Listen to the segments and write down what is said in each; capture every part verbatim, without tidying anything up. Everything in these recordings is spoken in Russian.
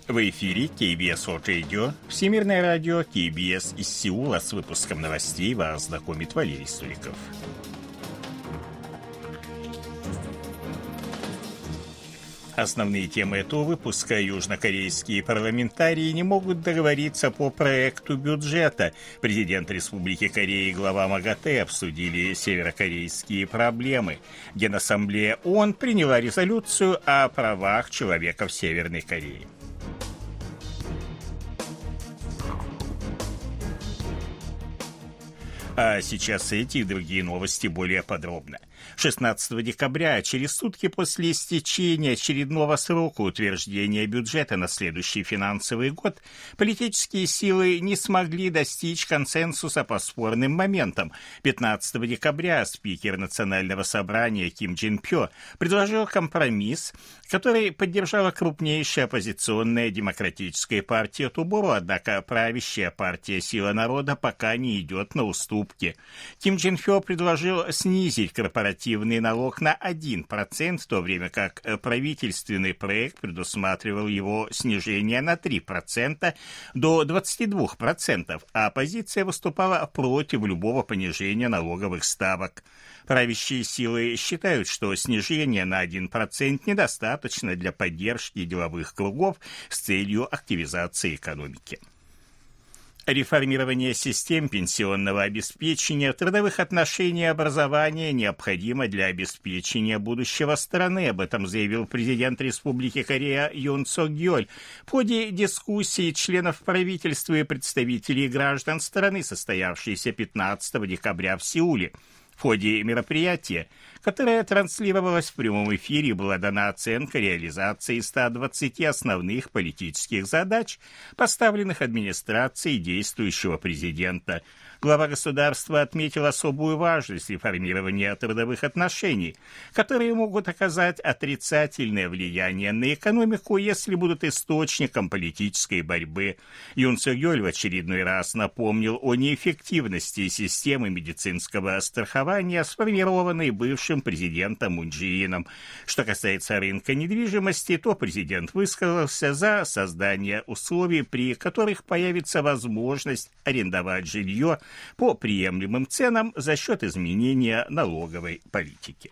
В эфире кей би эс World Radio, Всемирное радио кей би эс из Сеула. С выпуском новостей вас знакомит Валерий Суриков. Основные темы этого выпуска: южнокорейские парламентарии не могут договориться по проекту бюджета. Президент Республики Корея и глава МАГАТЭ обсудили северокорейские проблемы. Генассамблея ООН приняла резолюцию о правах человека в Северной Корее. А сейчас эти и другие новости более подробно. шестнадцатого декабря, через сутки после истечения очередного срока утверждения бюджета на следующий финансовый год, политические силы не смогли достичь консенсуса по спорным моментам. пятнадцатого декабря спикер Национального собрания Ким Чжен Пхё предложил компромисс, который поддержала крупнейшая оппозиционная демократическая партия Тубору, однако правящая партия «Сила народа» пока не идет на уступки. Ким Чжен Пхё предложил снизить корпоративный налог на один процент, в то время как правительственный проект предусматривал его снижение на три процента до двадцати двух процентов, а оппозиция выступала против любого понижения налоговых ставок. Правящие силы считают, что снижение на один процент недостаточно для поддержки деловых кругов с целью активизации экономики. Реформирование систем пенсионного обеспечения, трудовых отношений и образования необходимо для обеспечения будущего страны. Об этом заявил президент Республики Корея Юн Сок Гёль в ходе дискуссии членов правительства и представителей граждан страны, состоявшейся пятнадцатого декабря в Сеуле. В ходе мероприятия, которое транслировалось в прямом эфире, была дана оценка реализации ста двадцати основных политических задач, поставленных администрацией действующего президента. Глава государства отметил особую важность реформирования трудовых отношений, которые могут оказать отрицательное влияние на экономику, если будут источником политической борьбы. Юн Сок Гёль в очередной раз напомнил о неэффективности системы медицинского страхования, сформированной бывшим президентом Мун Чжэ Ином. Что касается рынка недвижимости, то президент высказался за создание условий, при которых появится возможность арендовать жилье по приемлемым ценам за счет изменения налоговой политики.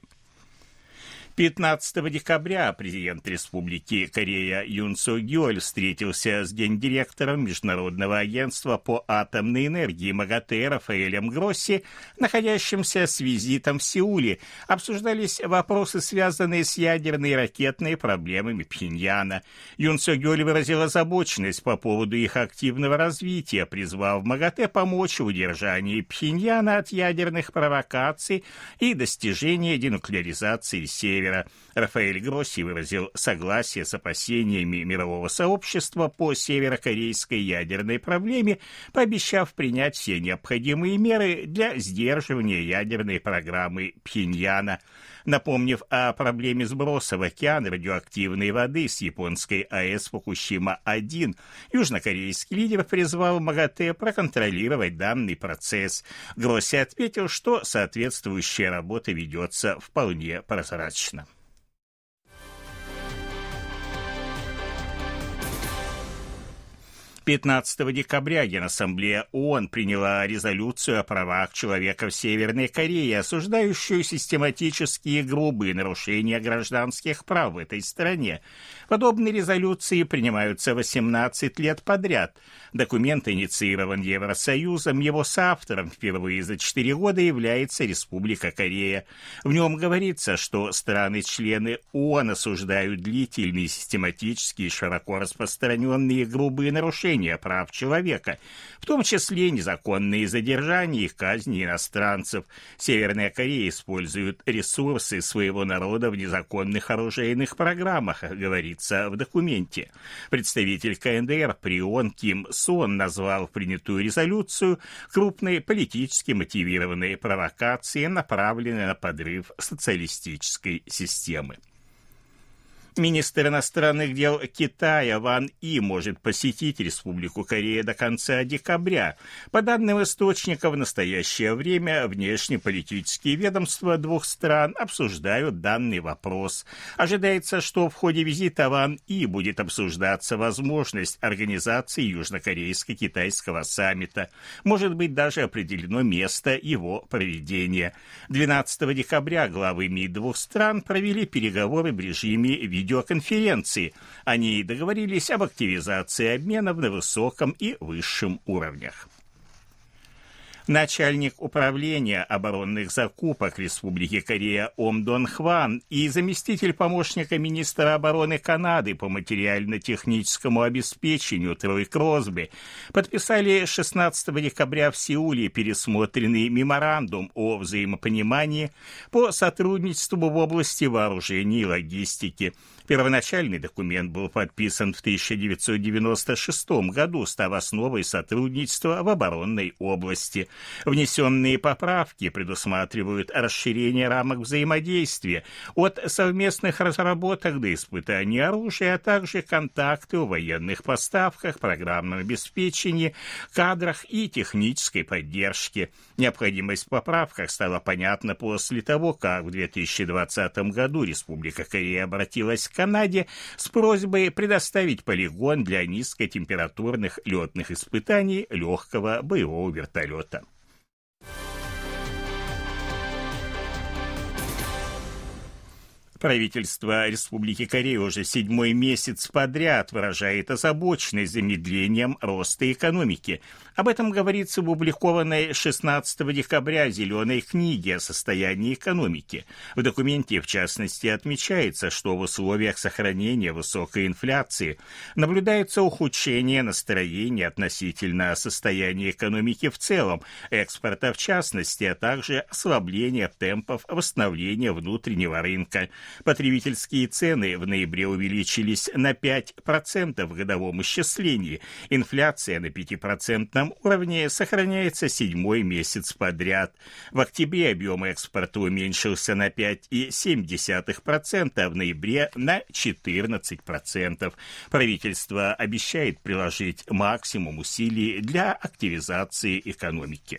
пятнадцатого декабря президент Республики Корея Юн Сок Гёль встретился с гендиректором Международного агентства по атомной энергии МАГАТЭ Рафаэлем Гросси, находящимся с визитом в Сеуле. Обсуждались вопросы, связанные с ядерной и ракетной проблемами Пхеньяна. Юн Сок Гёль выразил озабоченность по поводу их активного развития, призвав МАГАТЭ помочь в удержании Пхеньяна от ядерных провокаций и достижения денуклеаризации Севера. Рафаэль Гросси выразил согласие с опасениями мирового сообщества по северокорейской ядерной проблеме, пообещав принять все необходимые меры для сдерживания ядерной программы Пхеньяна. Напомнив о проблеме сброса в океан радиоактивной воды с японской АЭС Фукусима один, южнокорейский лидер призвал МАГАТЭ проконтролировать данный процесс. Гросси отметил, что соответствующая работа ведется вполне прозрачно. пятнадцатого декабря Генассамблея ООН приняла резолюцию о правах человека в Северной Корее, осуждающую систематические грубые нарушения гражданских прав в этой стране. Подобные резолюции принимаются восемнадцать лет подряд. Документ инициирован Евросоюзом, его соавтором впервые за четыре года является Республика Корея. В нем говорится, что страны-члены ООН осуждают длительные, систематические, широко распространенные грубые нарушения прав человека, в том числе незаконные задержания и казни иностранцев. Северная Корея использует ресурсы своего народа в незаконных оружейных программах, говорится в документе. Представитель КНДР при ООН Ким Сон назвал принятую резолюцию крупной политически мотивированной провокацией, направленной на подрыв социалистической системы. Министр иностранных дел Китая Ван И может посетить Республику Корея до конца декабря. По данным источников, в настоящее время внешнеполитические ведомства двух стран обсуждают данный вопрос. Ожидается, что в ходе визита Ван И будет обсуждаться возможность организации Южнокорейско-китайского саммита. Может быть, даже определено место его проведения. двенадцатого декабря главы МИД двух стран провели переговоры в режиме видеоконференции. видеоконференции. Они договорились об активизации обменов на высоком и высшем уровнях. Начальник управления оборонных закупок Республики Корея Ом Дон Хван и заместитель помощника министра обороны Канады по материально-техническому обеспечению Трой Кросби подписали шестнадцатого декабря в Сеуле пересмотренный меморандум о взаимопонимании по сотрудничеству в области вооружений и логистики. Первоначальный документ был подписан в тысяча девятьсот девяносто шестом году, став основой сотрудничества в оборонной области. Внесенные поправки предусматривают расширение рамок взаимодействия от совместных разработок до испытаний оружия, а также контакты о военных поставках, программном обеспечении, кадрах и технической поддержке. Необходимость в поправках стала понятна после того, как в две тысячи двадцатом году Республика Корея обратилась к Канаде с просьбой предоставить полигон для низкотемпературных летных испытаний легкого боевого вертолета. Правительство Республики Корея уже седьмой месяц подряд выражает озабоченность замедлением роста экономики. Об этом говорится в опубликованной шестнадцатого декабря «Зеленой книге» о состоянии экономики. В документе, в частности, отмечается, что в условиях сохранения высокой инфляции наблюдается ухудшение настроения относительно состояния экономики в целом, экспорта в частности, а также ослабление темпов восстановления внутреннего рынка. Потребительские цены в ноябре увеличились на пять процентов в годовом исчислении. Инфляция на пятипроцентном уровне сохраняется седьмой месяц подряд. В октябре объем экспорта уменьшился на пять целых семь десятых процента, а в ноябре на четырнадцать процентов. Правительство обещает приложить максимум усилий для активизации экономики.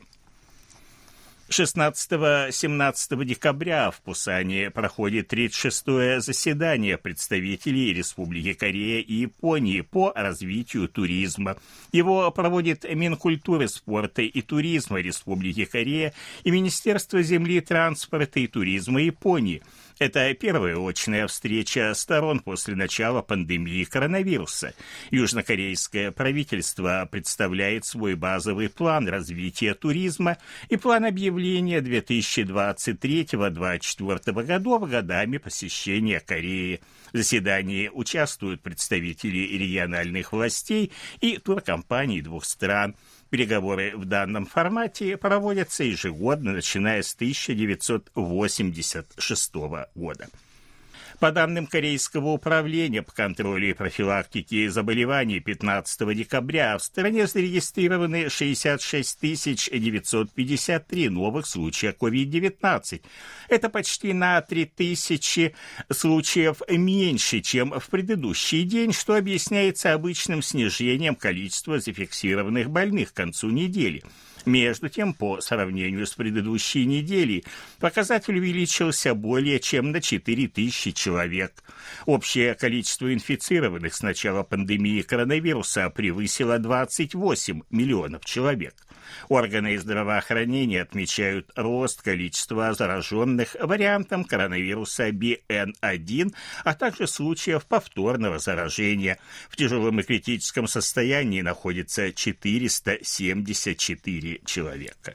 шестнадцатого-семнадцатого декабря в Пусане проходит тридцать шестое заседание представителей Республики Корея и Японии по развитию туризма. Его проводит Минкультуры, спорта и туризма Республики Корея и Министерство земли, транспорта и туризма Японии. Это первая очная встреча сторон после начала пандемии коронавируса. Южнокорейское правительство представляет свой базовый план развития туризма и план объявления две тысячи двадцать третьего — две тысячи двадцать четвёртого годов годами посещения Кореи. В заседании участвуют представители региональных властей и туркомпаний двух стран. Переговоры в данном формате проводятся ежегодно, начиная с тысяча девятьсот восемьдесят шестого года. По данным Корейского управления по контролю и профилактике заболеваний пятнадцатого декабря в стране зарегистрированы шестьдесят шесть тысяч девятьсот пятьдесят три новых случая ковид девятнадцать. Это почти на три тысячи случаев меньше, чем в предыдущий день, что объясняется обычным снижением количества зафиксированных больных к концу недели. Между тем, по сравнению с предыдущей неделей, показатель увеличился более чем на четыре тысячи человек. Общее количество инфицированных с начала пандемии коронавируса превысило двадцать восемь миллионов человек. Органы здравоохранения отмечают рост количества зараженных вариантом коронавируса би эн один, а также случаев повторного заражения. В тяжелом и критическом состоянии находится четыреста семьдесят четыре человека.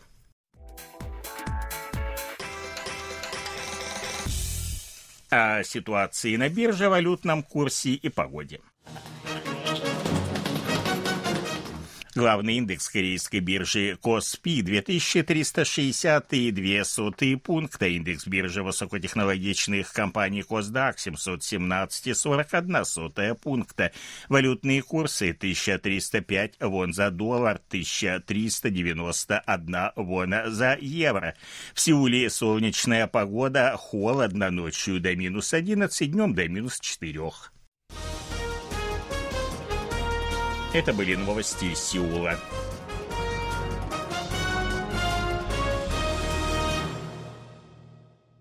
О ситуации на бирже, валютном курсе и погоде. Главный индекс корейской биржи Коспи две тысячи триста шестьдесят два сотых пункта. Индекс биржи высокотехнологичных компаний Косдак семьсот семнадцать целых сорок одна сотая пункта. Валютные курсы: тысяча триста пять вон за доллар, тысяча триста девяносто одна вона за евро. В Сеуле солнечная погода, холодно, ночью до минус одиннадцати, днем до минус четырёх. Это были новости из Сеула.